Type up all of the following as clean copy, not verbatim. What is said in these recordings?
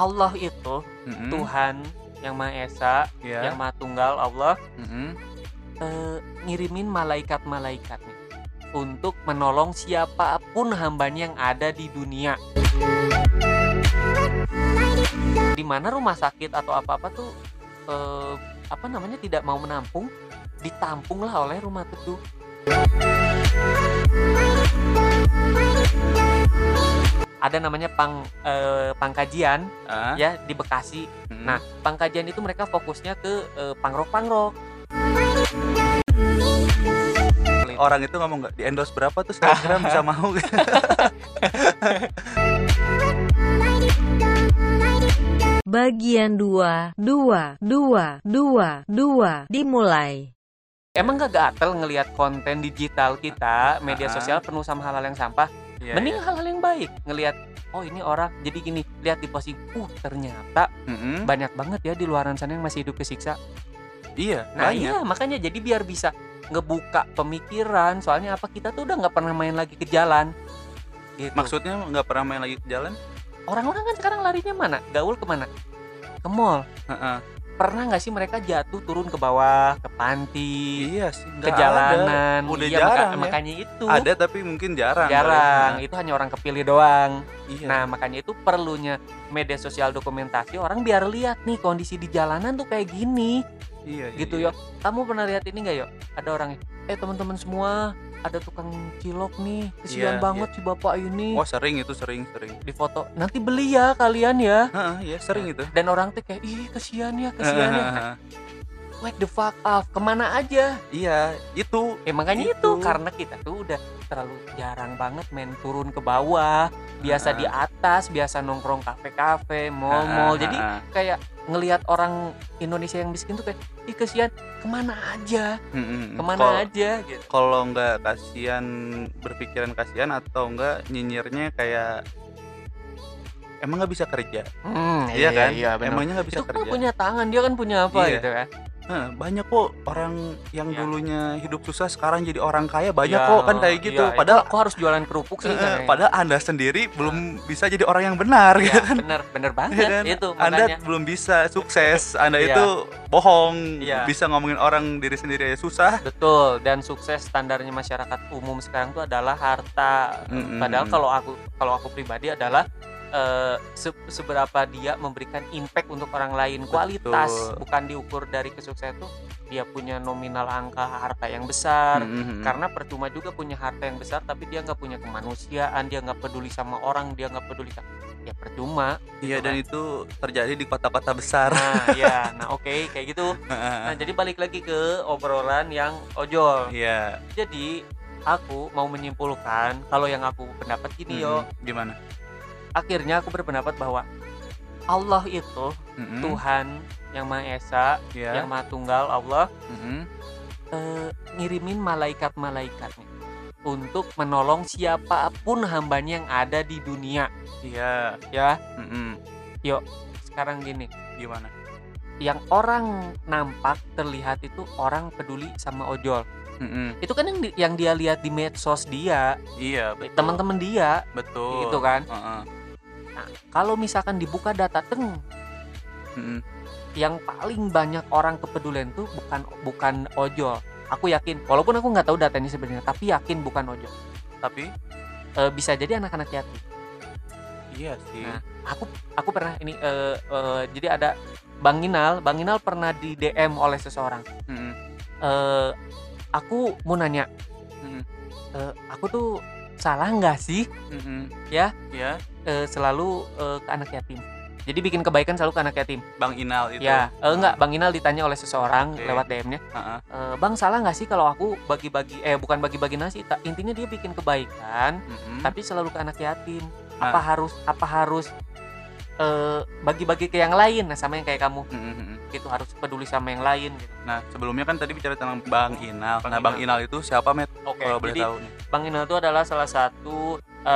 Allah itu Mhm. Tuhan yang Maha Esa, yang Iya. Maha Tunggal Allah, Mhm. ngirimin malaikat-malaikatnya untuk menolong siapapun hambanya yang ada di dunia. Di mana rumah sakit atau apa-apa tuh, tidak mau menampung, ditampunglah oleh rumah teduh. Ada namanya Pangkajian Ah. ya di Bekasi. Mhm. Nah, Pangkajian itu mereka fokusnya ke pangrok-pangrok. Orang itu ngomong nggak, di-endorse berapa tuh selebgram bisa mau gitu. Bagian 2 dimulai. Emang gak gatel ngelihat konten digital kita, media sosial penuh sama hal-hal yang sampah? Iya, Mending iya. hal-hal yang baik. Ngelihat, oh ini orang jadi gini, lihat di posting, ternyata Mhm. banyak banget ya di luaran sana yang masih hidup kesiksa. Iya, Nah banyak. iya, makanya jadi biar bisa ngebuka pemikiran. Soalnya apa, kita tuh udah gak pernah main lagi ke jalan gitu. Maksudnya nggak pernah main lagi ke jalan? Orang-orang kan sekarang larinya mana? Gaul kemana? Ke mall. Heeh. Pernah nggak sih mereka jatuh turun ke bawah, ke panti, Iya sih, ke nggak jalanan? ada. Udah Iya, jarang ya. makanya itu Ada tapi mungkin jarang. jarang. kali. Itu hanya orang kepilih doang. Iya. Nah, makanya itu perlunya media sosial dokumentasi, orang biar lihat nih kondisi di jalanan tuh kayak gini Iya, gitu. iya. Yo, kamu pernah lihat ini nggak, Yo? Ada orangnya, teman-teman semua, ada tukang cilok nih, kesian Iya, banget si bapak ini. Oh, sering itu, sering. Di foto, nanti beli ya kalian ya. Heeh, iya sering itu. Dan orang tuh kayak, ih kesian ya. Heeh. Wake the fuck up, kemana aja? Iya, itu. Makanya itu Itu. karena kita tuh udah terlalu jarang banget main turun ke bawah, biasa di atas, biasa nongkrong kafe-kafe, mall-mall. Jadi kayak ngelihat orang Indonesia yang miskin tuh kayak, ih kesian, kemana aja, kemana aja gitu. Kalau nggak kasihan, berpikiran kasihan atau enggak nyinyirnya kayak emang nggak bisa kerja. Iya kan? bener. Emangnya nggak bisa Itu kan kerja. punya tangan, dia kan punya apa Iya. gitu kan. Banyak kok orang yang Iya. dulunya hidup susah sekarang jadi orang kaya, banyak Iya, kok kan kayak gitu. iya, Padahal aku harus jualan kerupuk sih. padahal Anda sendiri belum bisa jadi orang yang benar Ya, gitu kan. bener banget Iya kan? itu Anda makanya. belum bisa sukses, Anda Iya. itu bohong, Iya. bisa ngomongin orang diri sendiri aja susah. Betul, dan sukses standarnya masyarakat umum sekarang itu adalah harta. Padahal kalau aku pribadi adalah seberapa dia memberikan impact untuk orang lain, kualitas, Betul. bukan diukur dari kesuksesan itu dia punya nominal angka harta yang besar. Karena percuma juga punya harta yang besar tapi dia nggak punya kemanusiaan, dia nggak peduli sama orang, dia nggak peduli, ya percuma. Iya, gitu dan kan. itu terjadi di kota-kota besar. Oke, kayak gitu. Nah, jadi balik lagi ke obrolan yang ojol. Iya. Jadi aku mau menyimpulkan kalau yang aku pendapat gini, Yo. Gimana? Akhirnya aku berpendapat bahwa Allah itu Tuhan yang Maha Esa, Iya. yang Maha Tunggal Allah, Mhm. ngirimin malaikat-malaikatnya untuk menolong siapapun hambanya yang ada di dunia. Iya. Ya, Mhm. yuk sekarang gini, Gimana? yang orang nampak terlihat itu orang peduli sama ojol. Itu kan yang dia lihat di medsos dia, Iya, betul. teman-teman dia, Betul. gitu kan. Heeh. Nah, kalau misalkan dibuka data, Mhm. yang paling banyak orang kepedulian tuh bukan ojol. Aku yakin, walaupun aku nggak tahu datanya sebenarnya, tapi yakin bukan ojol. Tapi Bisa jadi anak-anak yatim. iya sih. Nah, aku pernah ini jadi ada Bang Inal pernah di DM oleh seseorang. Mhm. Aku mau nanya, Mhm. aku tuh salah nggak sih Mhm. ya Iya, selalu ke anak yatim? Jadi bikin kebaikan selalu ke anak yatim. Bang Inal itu. Ya, enggak, Bang Inal ditanya oleh seseorang Oke. lewat DM-nya. Heeh. Bang, salah nggak sih kalau aku bukan bagi-bagi nasi, intinya dia bikin kebaikan Mhm. tapi selalu ke anak yatim. Nah. Apa harus bagi-bagi ke yang lain? Nah, sama yang kayak kamu Mhm. gitu, harus peduli sama yang lain gitu. Nah, sebelumnya kan tadi bicara tentang Bang Inal. Bang Nah, Bang Inal. Inal itu siapa, Met? Oke, Kalau boleh jadi tahu nih. Bang Inal itu adalah salah satu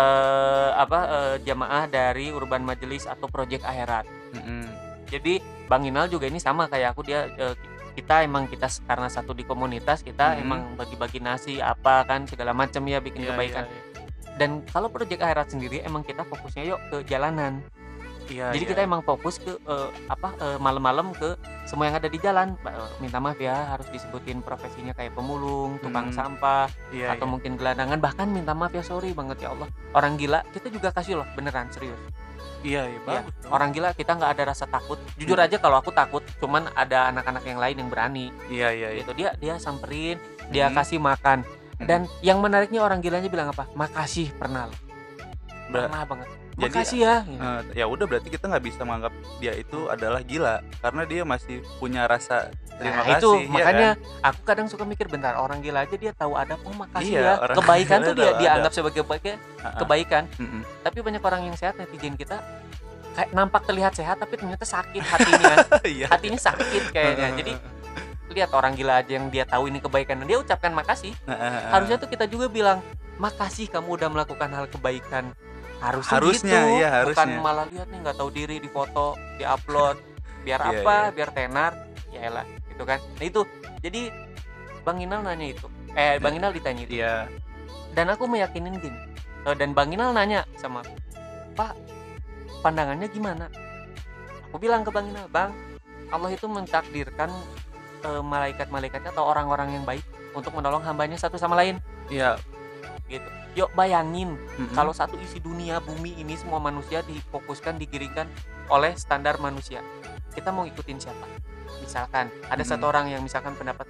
jamaah dari Urban Majelis atau Project Akhirat. Mhm. Jadi Bang Inal juga ini sama kayak aku, dia kita karena satu di komunitas, kita emang bagi-bagi nasi apa kan segala macam ya, bikin Iya, kebaikan. iya, iya. Dan kalau Project Akhirat sendiri emang kita fokusnya yuk ke jalanan. Iya, Jadi iya. kita emang fokus ke malam-malam ke semua yang ada di jalan. Minta maaf ya harus disebutin profesinya kayak pemulung, tukang sampah, Iya, atau iya. mungkin gelandangan, bahkan minta maaf ya sorry banget ya Allah. Orang gila kita juga kasih loh, beneran serius. Iya, iya, Ya, bagus dong. orang gila kita nggak ada rasa takut. Jujur aja kalau aku takut, cuman ada anak-anak yang lain yang berani. Iya, iya, iya. Gitu dia samperin, dia Mhm. kasih makan. Mhm. Dan yang menariknya orang gilanya bilang apa? Makasih pernah loh. Ber- Pernah banget. Jadi, Makasih ya. Gitu. ya udah berarti kita nggak bisa menganggap dia itu adalah gila karena dia masih punya rasa terima Nah, kasih. itu ya makanya kan? aku kadang suka mikir bentar, orang gila aja dia tahu ada, oh makasih Iya, ya. orang Kebaikan gila tuh dia tahu dianggap ada. sebagai Ha-ha. kebaikan. Mm-mm. Tapi banyak orang yang sehat, netizen kita kayak nampak terlihat sehat tapi ternyata sakit hatinya. Iya. Hatinya sakit kayaknya. Jadi lihat orang gila aja yang dia tahu ini kebaikan dan dia ucapkan makasih. Harusnya tuh kita juga bilang makasih kamu udah melakukan hal kebaikan. Harusnya, gitu. iya, Bukan harusnya. malah lihat nih nggak tahu diri, di foto, di upload, biar Iya, apa, iya. biar tenar, ya elah, gitu kan. Nah itu, jadi Bang Inal nanya itu, Bang Inal ditanya itu, Iya. dan aku meyakinin gini, dan Bang Inal nanya sama aku, Pak, pandangannya gimana? Aku bilang ke Bang Inal, Bang, Allah itu mentakdirkan malaikat-malaikatnya atau orang-orang yang baik untuk menolong hambanya satu sama lain, Iya. gitu. Yuk bayangin Mm-mm. kalau satu isi dunia bumi ini semua manusia difokuskan, digiringkan oleh standar manusia, kita mau ikutin siapa? Misalkan ada satu orang yang misalkan pendapat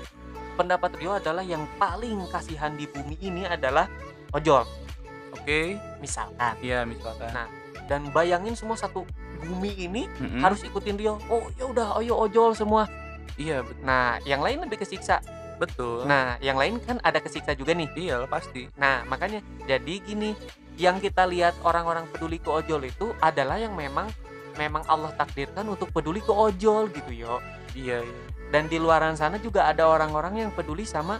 Rio adalah yang paling kasihan di bumi ini adalah ojol, Oke. misalkan. Iya, misalkan. Nah, dan bayangin semua satu bumi ini Mm-mm. harus ikutin Rio. Oh ya udah, ayo ojol semua. Iya, Nah, yang lain lebih kesiksa. betul. Nah, yang lain kan ada kesiksa juga nih. Iya, pasti. Nah, makanya jadi gini, yang kita lihat orang-orang peduli ke ojol itu adalah yang memang Allah takdirkan untuk peduli ke ojol gitu yo. Iya, iya. Dan di luaran sana juga ada orang-orang yang peduli sama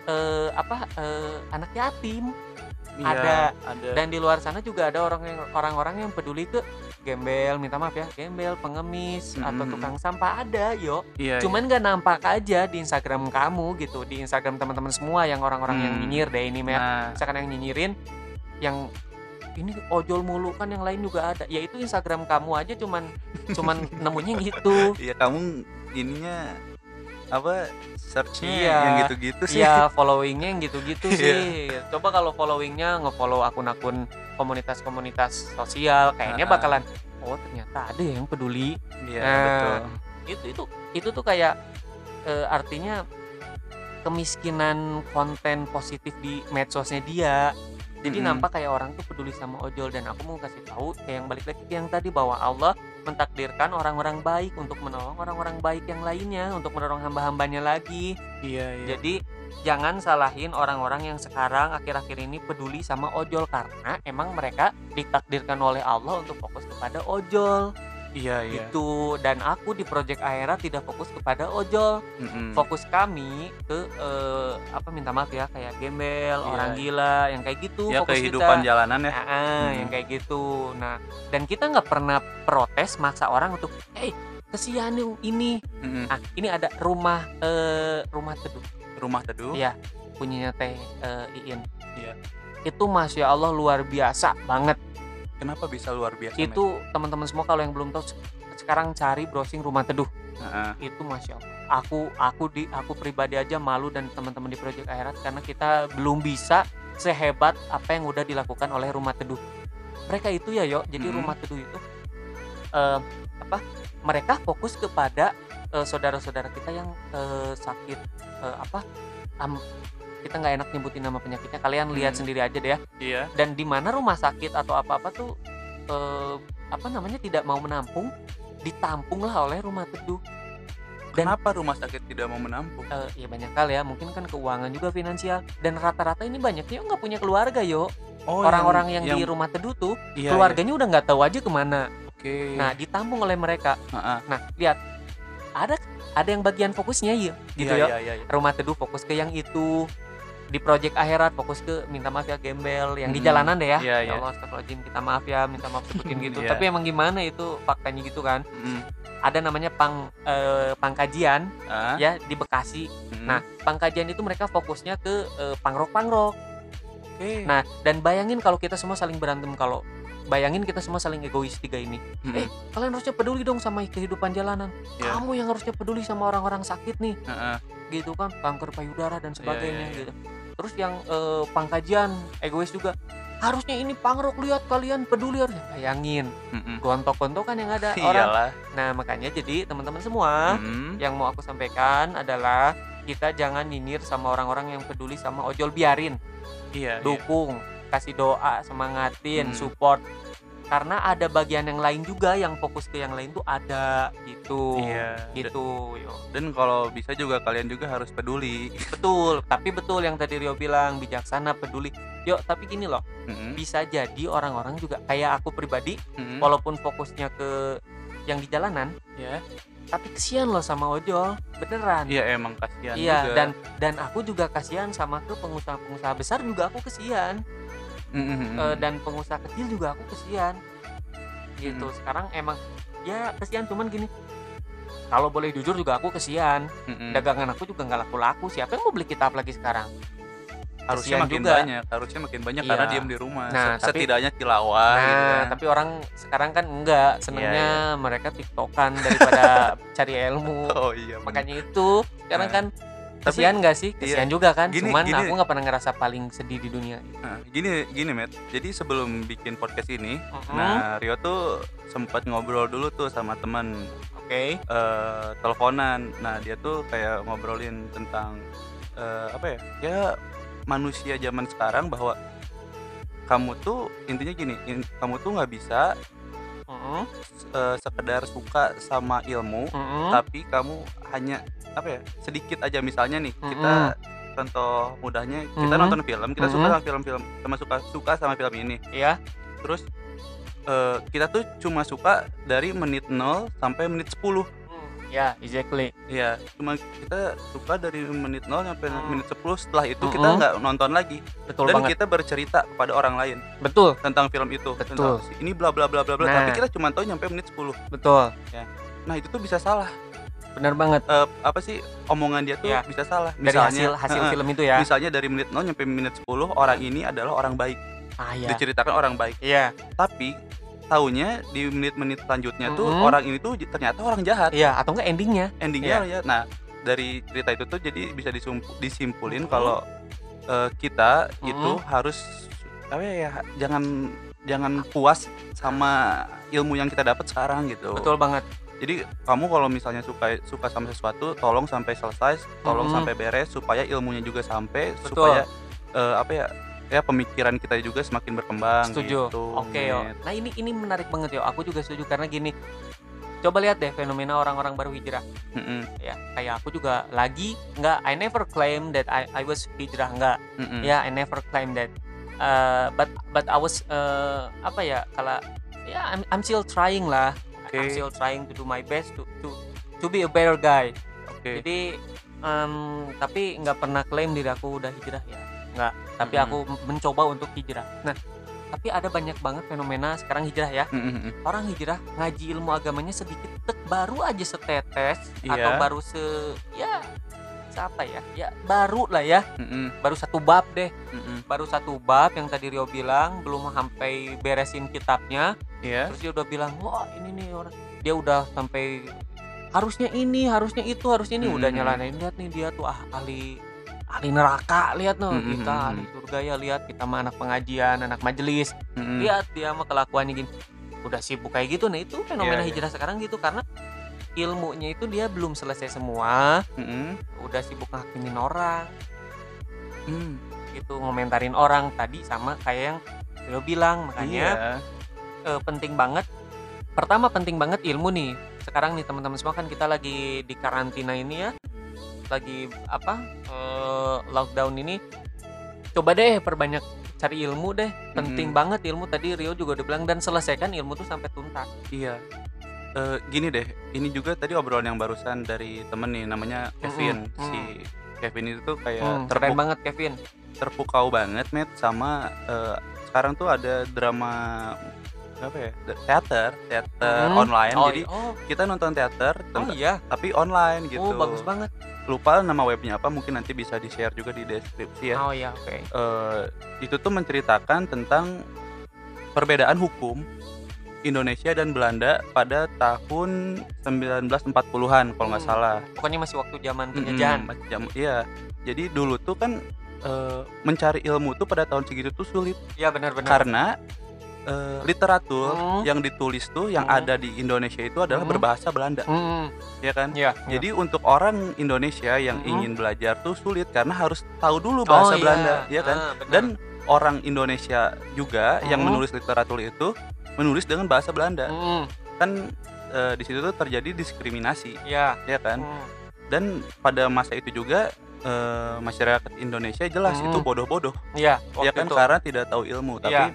anak yatim. Iya, Ada. Dan di luar sana juga ada orang-orang yang peduli ke gembel, minta maaf ya, gembel, pengemis, atau tukang sampah, ada yo. Iya, Cuman nggak nampak aja di Instagram kamu gitu, di Instagram teman-teman semua yang orang-orang yang nyinyir deh ini Mer. Nah, Misalkan yang nyinyirin, yang ini ojol mulu kan, yang lain juga ada. Ya itu Instagram kamu aja cuman nemunya gitu. iya, kamu ininya apa, searchnya Iya. yang gitu-gitu sih. Iya, followingnya yang gitu-gitu Iya. sih. Coba kalau followingnya nge-follow akun-akun komunitas-komunitas sosial, kayaknya bakalan, oh ternyata ada yang peduli. Iya, Nah, betul. Itu tuh kayak artinya kemiskinan konten positif di medsosnya dia. Jadi nampak kayak orang tuh peduli sama ojol. Dan aku mau kasih tahu kayak yang balik lagi ke yang tadi, bahwa Allah mentakdirkan orang-orang baik untuk menolong orang-orang baik yang lainnya, untuk menolong hamba-hambanya lagi. Iya, iya. Jadi jangan salahin orang-orang yang sekarang akhir-akhir ini peduli sama ojol, karena emang mereka ditakdirkan oleh Allah untuk fokus kepada ojol. Iya, iya. Gitu. Dan aku di Project Aera tidak fokus kepada ojol. Fokus kami ke minta maaf ya, kayak gembel, Iya. orang gila, yang kayak gitu. Ya, fokus kehidupan kita. jalanan ya. Yang kayak gitu. Nah, dan kita nggak pernah protes maksa orang untuk, kesian yang ini. Ah, ini ada rumah teduh. Rumah teduh. Iya, punyanya Teh Iin. Iya. Itu Masya Allah luar biasa banget. Kenapa bisa luar biasa? Itu teman-teman semua kalau yang belum tahu, sekarang cari browsing rumah teduh. Itu Masya Allah. Aku pribadi aja malu, dan teman-teman di Project Akhirat, karena kita belum bisa sehebat apa yang udah dilakukan oleh rumah teduh. Mereka itu ya yo, jadi rumah teduh itu mereka fokus kepada saudara-saudara kita yang sakit, kita nggak enak nyebutin nama penyakitnya, kalian lihat sendiri aja deh ya. Iya. Dan di mana rumah sakit atau apa-apa tuh tidak mau menampung, ditampunglah oleh rumah teduh. Dan kenapa rumah sakit tidak mau menampung? Ya banyak hal ya, mungkin kan keuangan juga, finansial. Dan rata-rata ini banyaknya nggak punya keluarga yo. Orang-orang yang di rumah teduh tuh keluarganya udah nggak tahu aja kemana. Oke. Nah, ditampung oleh mereka. Nah, lihat, ada yang bagian fokusnya ya gitu ya. Rumah teduh fokus ke yang itu. Di Project Akhirat fokus ke minta maaf ya gembel yang di jalanan deh ya. Ya Allah, astagfirullahaladzim, kita maaf ya, minta maaf sebutin gitu. Tapi emang gimana itu faktanya gitu kan. Ada namanya pangkajian ya di Bekasi. Nah, pangkajian itu mereka fokusnya ke pangrok. Oke. Nah, dan bayangin kalau kita semua saling berantem, kalau bayangin kita semua saling egois tiga ini. Kalian harusnya peduli dong sama kehidupan jalanan. Kamu yang harusnya peduli sama orang-orang sakit nih. Gitu kan, kanker payudara dan sebagainya gitu. Terus yang pangkajian egois juga. Harusnya ini pangrok, lihat kalian peduli, harusnya bayangin gontok-gontokan yang ada orang. Nah makanya jadi teman-teman semua yang mau aku sampaikan adalah kita jangan nyinyir sama orang-orang yang peduli sama ojol, biarin. Dukung, kasih doa, semangatin, support. Karena ada bagian yang lain juga yang fokus ke yang lain tuh ada gitu. Gitu. Dan kalau bisa juga kalian juga harus peduli. Betul, tapi betul yang tadi Rio bilang, bijaksana, peduli. Tapi gini loh, bisa jadi orang-orang juga kayak aku pribadi, walaupun fokusnya ke yang di jalanan, tapi kasihan loh sama ojol, beneran. Iya emang kasihan juga. dan aku juga kasihan sama ke pengusaha-pengusaha besar juga aku kasihan. Dan pengusaha kecil juga aku kesian gitu. Sekarang emang ya kesian, cuman gini, kalau boleh jujur juga aku kesian. Dagangan aku juga nggak laku-laku, siapa yang mau beli kitab lagi sekarang? Harusnya makin banyak karena diem di rumah. Setidaknya tilawah gitu kan. Tapi orang sekarang kan enggak, senengnya mereka tiktokan daripada cari ilmu. Makanya itu sekarang kan kasihan nggak sih? Kasihan juga kan. Cuman aku nggak pernah ngerasa paling sedih di dunia. Gini Matt. Jadi sebelum bikin podcast ini, nah Rio tuh sempat ngobrol dulu tuh sama teman. Teleponan. Nah dia tuh kayak ngobrolin tentang ya manusia zaman sekarang, bahwa kamu tuh intinya gini, kamu tuh nggak bisa sekedar suka sama ilmu, tapi kamu hanya sedikit aja. Misalnya nih, kita contoh mudahnya, kita nonton film, kita suka sama film-film, suka sama film ini. Terus kita tuh cuma suka dari menit 0 sampai menit 10. Exactly. Cuma kita suka dari menit 0 sampai menit 10. Setelah itu kita nggak nonton lagi. Betul dan banget. Kita bercerita kepada orang lain. Betul. Tentang film itu. Betul. Tentang ini bla bla bla bla bla. Tapi kita cuma tahu nyampe menit 10. Betul. Nah itu tuh bisa salah. Benar banget. Omongan dia tuh bisa salah. Misalnya, dari hasil film itu ya. Misalnya dari menit 0 sampai menit 10 orang ini adalah orang baik. Diceritakan orang baik. Tapi taunya di menit-menit selanjutnya tuh orang ini tuh ternyata orang jahat. Atau enggak endingnya ya. Nah dari cerita itu tuh jadi bisa disimpulin kalau kita itu harus jangan puas sama ilmu yang kita dapat sekarang gitu. Betul banget. Jadi kamu kalau misalnya suka sama sesuatu, tolong sampai selesai, tolong sampai beres, supaya ilmunya juga sampai. Betul. Supaya pemikiran kita juga semakin berkembang. Setuju. Gitu. Oke. Nah ini menarik banget aku juga setuju, karena gini, coba lihat deh fenomena orang-orang baru hijrah. Kayak aku juga lagi I never claim that I was hijrah, enggak. I never claim that. But I was kalau I'm still trying lah. I'm still trying to do my best to be a better guy. Jadi tapi nggak pernah klaim diri aku udah hijrah ya. Enggak, tapi aku mencoba untuk hijrah. Nah, tapi ada banyak banget fenomena sekarang hijrah ya. Orang hijrah ngaji ilmu agamanya sedikit, baru aja setetes atau baru baru lah ya. Baru satu bab deh. Baru satu bab yang tadi Rio bilang, belum sampai beresin kitabnya. Terus dia udah bilang, wah ini nih orang, dia udah sampai harusnya ini, harusnya itu, harusnya ini, udah nyalain. Lihat nih dia tuh ahli neraka, lihat kita ahli surga ya, lihat kita mah anak pengajian, anak majelis. Lihat dia mah kelakuannya gini, udah sibuk kayak gitu. Nah itu fenomena hijrah sekarang gitu, karena ilmunya itu dia belum selesai semua, udah sibuk ngakimin orang, gitu, ngomentarin orang tadi, sama kayak yang Rio bilang. Makanya penting banget, pertama penting banget ilmu nih. Sekarang nih teman-teman semua, kan kita lagi di karantina ini ya, lagi lockdown ini, coba deh perbanyak cari ilmu deh. Penting banget ilmu, tadi Rio juga udah bilang, dan selesaikan ilmu tuh sampai tuntas. Gini deh, ini juga tadi obrolan yang barusan dari temen nih, namanya Kevin. Si Kevin itu tuh kayak keren banget Kevin, terpukau banget sama sekarang tuh ada drama teater online. Jadi kita nonton teater tapi online gitu. Bagus banget. Lupa nama webnya apa, mungkin nanti bisa di-share juga di deskripsi ya. Oke. Itu tuh menceritakan tentang perbedaan hukum Indonesia dan Belanda pada tahun 1940-an kalau nggak salah. Pokoknya masih waktu zaman penjajahan. Iya. Jadi dulu tuh kan mencari ilmu tuh pada tahun segitu tuh sulit. Iya benar-benar. Karena literatur yang ditulis tuh yang ada di Indonesia itu adalah berbahasa Belanda. Ya kan? Iya. Jadi untuk orang Indonesia yang ingin belajar tuh sulit karena harus tahu dulu bahasa Belanda, ya kan? Dan orang Indonesia juga yang menulis literatur itu menulis dengan bahasa Belanda. Kan di situ tuh terjadi diskriminasi. Iya. Ya kan? Dan pada masa itu juga masyarakat Indonesia jelas itu bodoh-bodoh. Iya, ya kan itu. Karena tidak tahu ilmu, tapi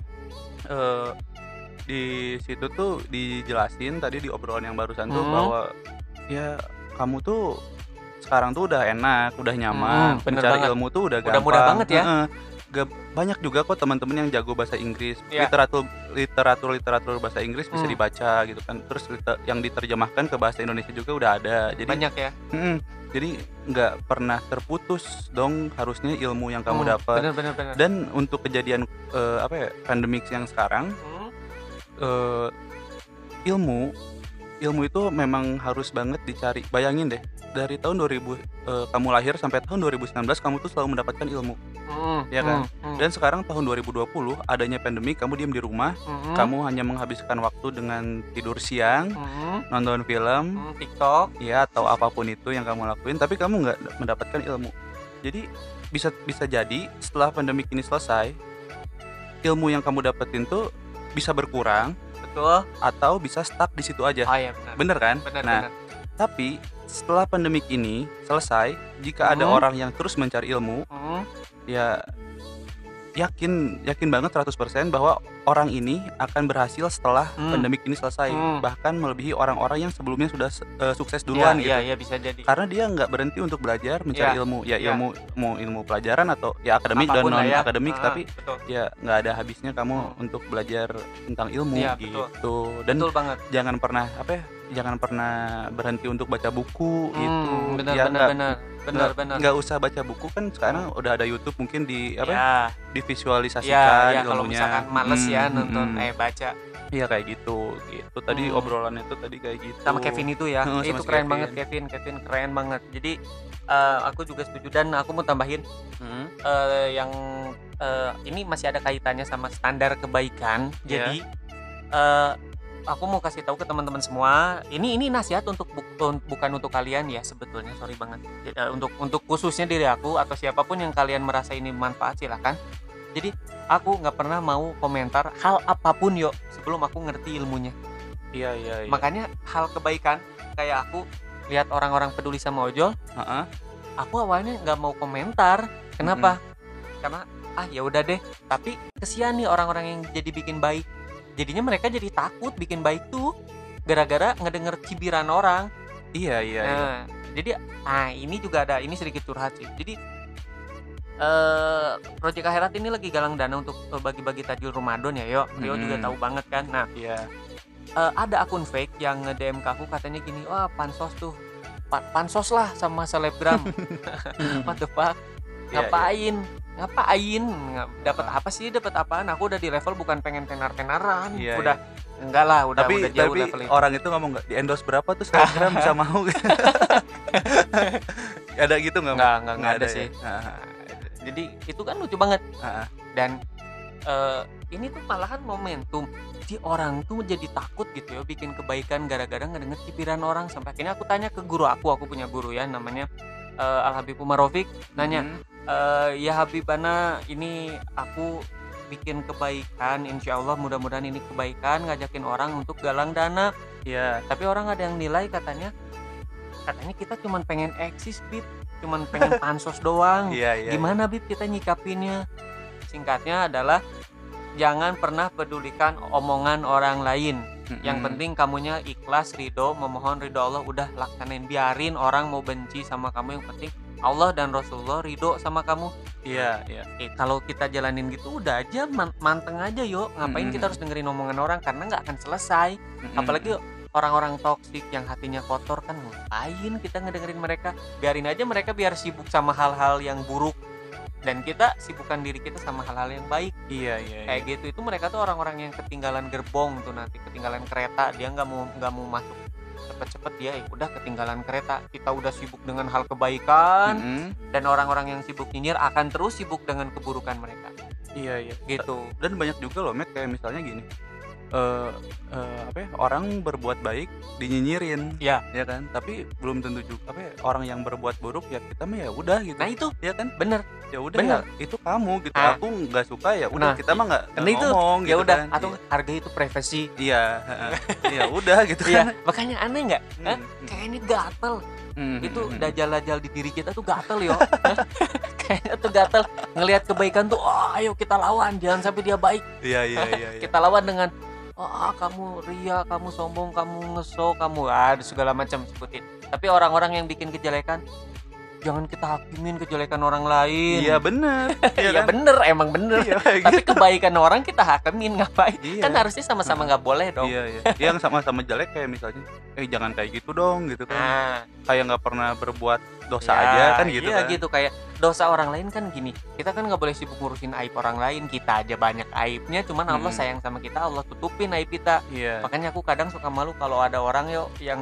di situ tuh dijelasin tadi di obrolan yang barusan tuh bahwa ya kamu tuh sekarang tuh udah enak, udah nyaman, mencari ilmu tuh udah gampang. Mudah banget ya. Banyak juga kok teman-teman yang jago bahasa Inggris. Literatur bahasa Inggris bisa dibaca gitu kan. Terus yang diterjemahkan ke bahasa Indonesia juga udah ada. Jadi banyak ya. Jadi nggak pernah terputus dong harusnya ilmu yang kamu dapat. Benar. Dan untuk kejadian pandemik yang sekarang, ilmu itu memang harus banget dicari. Bayangin deh, dari tahun 2000 kamu lahir sampai tahun 2019 kamu tuh selalu mendapatkan ilmu. Ya kan? Dan sekarang tahun 2020 adanya pandemi, kamu diam di rumah, kamu hanya menghabiskan waktu dengan tidur siang, nonton film, TikTok, ya atau apapun itu yang kamu lakuin, tapi kamu nggak mendapatkan ilmu. Jadi bisa jadi setelah pandemi ini selesai, ilmu yang kamu dapetin tuh bisa berkurang, betul, atau bisa stuck di situ aja. Oh iya benar. Bener kan? Benar. Tapi setelah pandemik ini selesai, jika ada orang yang terus mencari ilmu, ya yakin banget 100% bahwa orang ini akan berhasil setelah pandemik ini selesai, bahkan melebihi orang-orang yang sebelumnya sudah sukses duluan gitu. Iya, bisa jadi. Karena dia nggak berhenti untuk belajar mencari ilmu, ilmu mau ilmu pelajaran atau ya akademik dan non akademik, tapi betul. Ya nggak ada habisnya kamu untuk belajar tentang ilmu gitu. Betul. Dan betul banget. Jangan pernah berhenti untuk baca buku gitu. Benar. Nggak usah baca buku kan sekarang udah ada YouTube, mungkin divisualisasikan ilmunya. Kalau misalkan males nonton baca. Iya kayak gitu. Tadi obrolan itu tadi kayak gitu. Sama Kevin itu ya. Itu keren banget Kevin keren banget. Jadi aku juga setuju, dan aku mau tambahin yang ini masih ada kaitannya sama standar kebaikan. Jadi aku mau kasih tahu ke teman-teman semua, ini nasihat bukan untuk kalian ya sebetulnya, sorry banget. Untuk khususnya diri aku atau siapapun yang kalian merasa ini manfaat, silakan. Jadi aku nggak pernah mau komentar hal apapun sebelum aku ngerti ilmunya. Iya. Makanya hal kebaikan kayak aku lihat orang-orang peduli sama ojol, aku awalnya nggak mau komentar. Kenapa? Karena ya udah deh. Tapi kesian nih orang-orang yang jadi bikin baik. Jadinya mereka jadi takut bikin baik tuh gara-gara ngedenger cibiran orang. Iya. Jadi ini juga ada, ini sedikit curhat sih. Jadi Project Akhirat ini lagi galang dana untuk bagi-bagi takjil Ramadan ya, Rio juga tahu banget kan. Nah, ada akun fake yang nge-DM ke aku katanya gini, wah pansos tuh, pansos lah sama selebgram. What the fuck? Ngapain? Dapat apa sih? Dapat apaan? Aku udah di level bukan pengen tenar-tenaran. Udah enggak lah, udah jauh level itu. Orang itu ngomong enggak di endorse berapa tuh selebgram bisa mau. Ada gitu enggak ada sih. Jadi itu kan lucu banget. Dan ini tuh malahan momentum si orang tuh jadi takut gitu bikin kebaikan gara-gara ngedenger cipiran orang. Sampai akhirnya aku tanya ke guru aku punya guru ya, namanya Al Habib Umar Rafiq, nanya, ya Habibana, ini aku bikin kebaikan, insya Allah mudah-mudahan ini kebaikan, ngajakin orang untuk galang dana. Ya, tapi orang ada yang nilai katanya kita cuman pengen eksis, Bib, cuman pengen pansos doang. Gimana Bib kita nyikapinnya? Singkatnya adalah jangan pernah pedulikan omongan orang lain. Yang penting kamunya ikhlas, ridho, memohon ridho Allah, udah laksanain. Biarin orang mau benci sama kamu, yang penting Allah dan Rasulullah ridho sama kamu. Iya. Kalau kita jalanin gitu udah aja, manteng aja Ngapain kita harus dengerin omongan orang, karena nggak akan selesai. Apalagi orang-orang toksik yang hatinya kotor, kan ngapain kita ngedengerin mereka? Biarin aja mereka biar sibuk sama hal-hal yang buruk, dan kita sibukkan diri kita sama hal-hal yang baik. Iya, iya, Kayak iya. gitu, itu mereka tuh orang-orang yang ketinggalan gerbong tuh nanti, ketinggalan kereta, dia nggak mau masuk cepet-cepet, dia ya udah ketinggalan kereta. Kita udah sibuk dengan hal kebaikan, dan orang-orang yang sibuk nyinyir akan terus sibuk dengan keburukan mereka. Iya, iya. Gitu. Dan banyak juga loh, Matt, kayak misalnya gini. Apa ya, orang berbuat baik dinyinyirin, Ya, ya kan? Tapi belum tentu juga apa ya, orang yang berbuat buruk ya kita mah ya udah gitu. nah itu Ya kan? bener. Ya udah Bener. ya itu kamu gitu. Ah. Aku nggak suka ya udah Nah, kita mah nggak Karena itu ngomong ya gitu udah, kan. atau hargai itu privasi. Iya, heeh. Ya udah gitu Iya, kan. makanya aneh nggak? Hah? Kayaknya gatel. Itu dajal-dajal di diri kita tuh gatel yo. Kayaknya tuh gatel ngelihat kebaikan tuh, oh ayo kita lawan, jangan sampai dia baik. Iya, iya, iya, iya. Kita lawan dengan kamu ria, kamu sombong, kamu ngeso, kamu segala macam sebutin. Tapi orang-orang yang bikin kejelekan, jangan kita hakimin kejelekan orang lain. Iya bener. Iya kan? bener, emang bener. Iya, kayak Tapi gitu. kebaikan orang kita hakimin, ngapain? Iya. Kan harusnya sama-sama nggak boleh dong. Iya, iya. Yang sama-sama jelek kayak misalnya, jangan kayak gitu dong gitu kan. Nah, Kayak nggak pernah berbuat dosa ya, aja kan gitu iya kan. gitu, kayak dosa orang lain kan gini, kita kan nggak boleh sibuk ngurusin aib orang lain, kita aja banyak aibnya, cuman Allah sayang sama kita, Allah tutupin aib kita. Iya. Makanya aku kadang suka malu kalau ada orang yang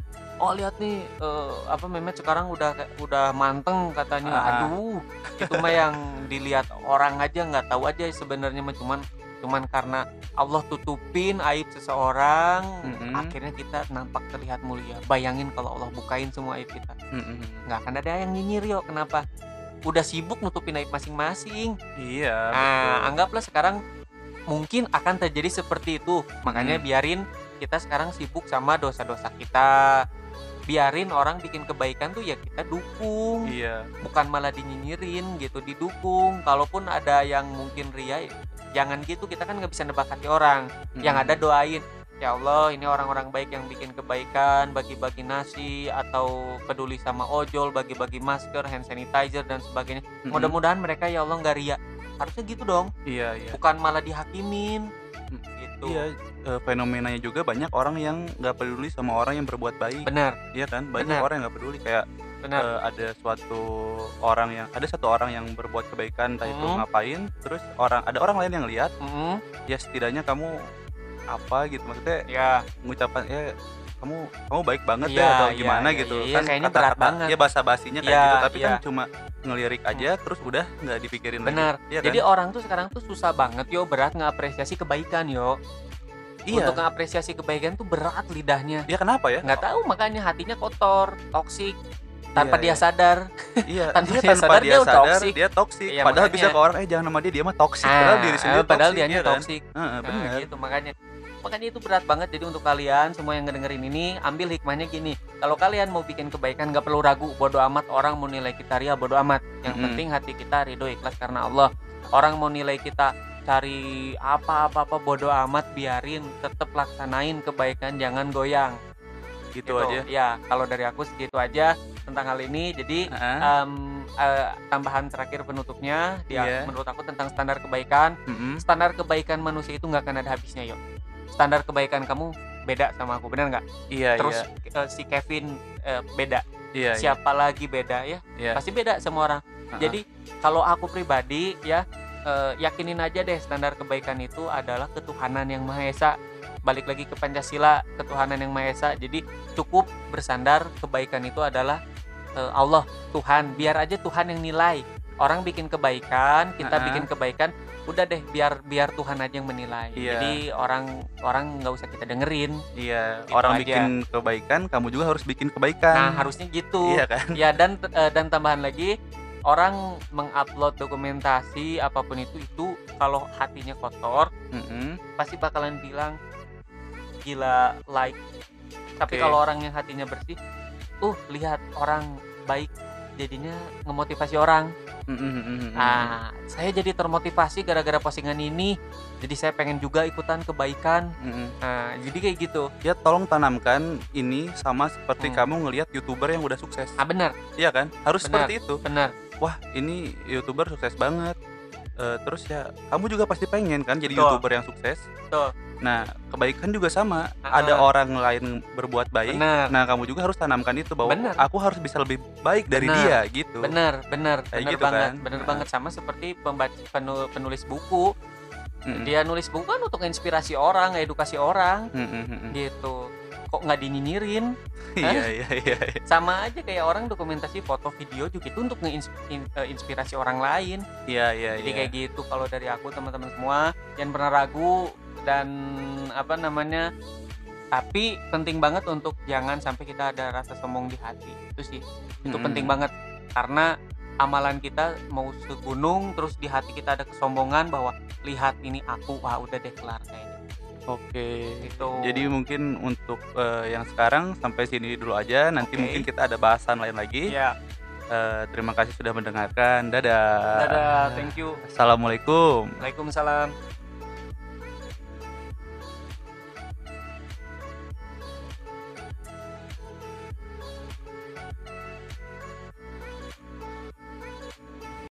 lihat nih Mehmet sekarang udah manteng katanya. Aduh, itu mah yang dilihat orang aja, nggak tahu aja sebenarnya mah cuman karena Allah tutupin aib seseorang, akhirnya kita nampak terlihat mulia. Bayangin kalau Allah bukain semua aib kita, nggak akan ada yang nyinyir yo. Kenapa? Udah sibuk nutupin aib masing-masing. Iya, Nah, betul. anggaplah sekarang mungkin akan terjadi seperti itu. Makanya biarin kita sekarang sibuk sama dosa-dosa kita. Biarin orang bikin kebaikan tuh ya kita dukung. Iya. Bukan malah dinyinyirin gitu, didukung. Kalaupun ada yang mungkin ria, jangan gitu, kita kan nggak bisa nebak hati orang. Yang ada doain, ya Allah ini orang-orang baik yang bikin kebaikan, bagi-bagi nasi atau peduli sama ojol, bagi-bagi masker, hand sanitizer dan sebagainya. Mudah-mudahan mereka ya Allah nggak ria. Harusnya gitu dong. Iya, iya. Bukan malah dihakimin gitu. Iya, fenomenanya juga banyak orang yang nggak peduli sama orang yang berbuat baik. Benar. Iya kan, banyak Benar. orang yang nggak peduli, kayak Benar. ada satu orang yang berbuat kebaikan, entah itu ngapain, terus ada orang lain yang lihat, ya setidaknya kamu apa gitu, maksudnya Ya, mengucapkan kamu baik banget Iya, ya atau iya, gimana iya, gitu iya, kan, kayaknya berat banget. ya basa-basinya kayak Iya, gitu, tapi kan iya. cuma ngelirik aja terus udah nggak dipikirin benar. lagi. Iya kan? Jadi orang tuh sekarang tuh susah banget yo, berat ngapresiasi kebaikan yo. Iya. Untuk ngapresiasi kebaikan tuh berat lidahnya. Ya kenapa ya? Nggak tahu, makanya hatinya kotor, toksik, tanpa Iya, dia iya. sadar. Iya, Tanpa dia dia tanpa sadar, dia dia sadar toksik. dia toksik. Iya, Padahal makanya. bisa ke orang jangan sama dia mah toksik. Padahal diri sendiri padahal toksik, dianya ya kan? toksik. Heeh, benar. Gitu, makanya itu berat banget. Jadi untuk kalian semua yang ngedengerin ini, ambil hikmahnya gini. Kalau kalian mau bikin kebaikan, nggak perlu ragu. Bodo amat orang mau nilai kita ria, bodo amat. Yang penting hati kita ridho ikhlas karena Allah. Orang mau nilai kita cari apa bodo amat, biarin, tetap laksanain kebaikan, jangan goyang. Gitu aja. Ya, kalau dari aku segitu aja tentang hal ini. Jadi tambahan terakhir penutupnya, Iya. menurut aku tentang standar kebaikan. Standar kebaikan manusia itu nggak akan ada habisnya, yo. Standar kebaikan kamu beda sama aku, benar nggak? Iya, Terus si Kevin beda, iya. siapa lagi beda ya? Iya. Pasti beda semua orang. Jadi kalau aku pribadi ya, yakinin aja deh standar kebaikan itu adalah ketuhanan yang Maha Esa. Balik lagi ke Pancasila, ketuhanan yang Maha Esa. Jadi cukup bersandar kebaikan itu adalah Allah, Tuhan. Biar aja Tuhan yang nilai. Orang bikin kebaikan, kita bikin kebaikan, udah deh biar Tuhan aja yang menilai. Iya. Jadi orang nggak usah kita dengerin. Iya, Gitu orang aja. bikin kebaikan, kamu juga harus bikin kebaikan. Nah, harusnya gitu. Iya kan? Ya, dan tambahan lagi, orang mengupload dokumentasi apapun itu kalau hatinya kotor pasti bakalan bilang gila like. Tapi Oke. kalau orang yang hatinya bersih, lihat orang baik, jadinya ngemotivasi orang. Nah, saya jadi termotivasi gara-gara postingan ini. Jadi saya pengen juga ikutan kebaikan. Nah, jadi kayak gitu. Ya tolong tanamkan ini sama seperti kamu ngelihat YouTuber yang udah sukses. Benar, Iya kan? Harus Benar. seperti itu. benar. Wah, ini YouTuber sukses banget. Terus ya kamu juga pasti pengen kan jadi Betul. YouTuber yang sukses. Betul. Nah, kebaikan juga sama. Ada orang lain berbuat baik. Benar. Nah, kamu juga harus tanamkan itu bahwa Benar. aku harus bisa lebih baik dari Benar. dia gitu. Benar Kayak gitu banget. kan. Benar Nah. banget, sama seperti penulis buku. Dia nulis buku kan untuk inspirasi orang, edukasi orang, gitu. Kok nggak dinyinyirin? Iya. Sama aja kayak orang dokumentasi foto video juga itu untuk inspirasi orang lain. Iya. Jadi kayak gitu kalau dari aku, teman-teman semua jangan pernah ragu dan tapi penting banget untuk jangan sampai kita ada rasa sombong di hati. Itu sih. Itu penting banget karena amalan kita mau segunung terus di hati kita ada kesombongan bahwa lihat ini aku, wah udah deh kelar kayaknya. Oke. Gitu. Jadi mungkin untuk yang sekarang sampai sini dulu aja. Nanti mungkin kita ada bahasan lain lagi. Iya. Terima kasih sudah mendengarkan. Dadah. Dadah, thank you. Assalamualaikum. Waalaikumsalam.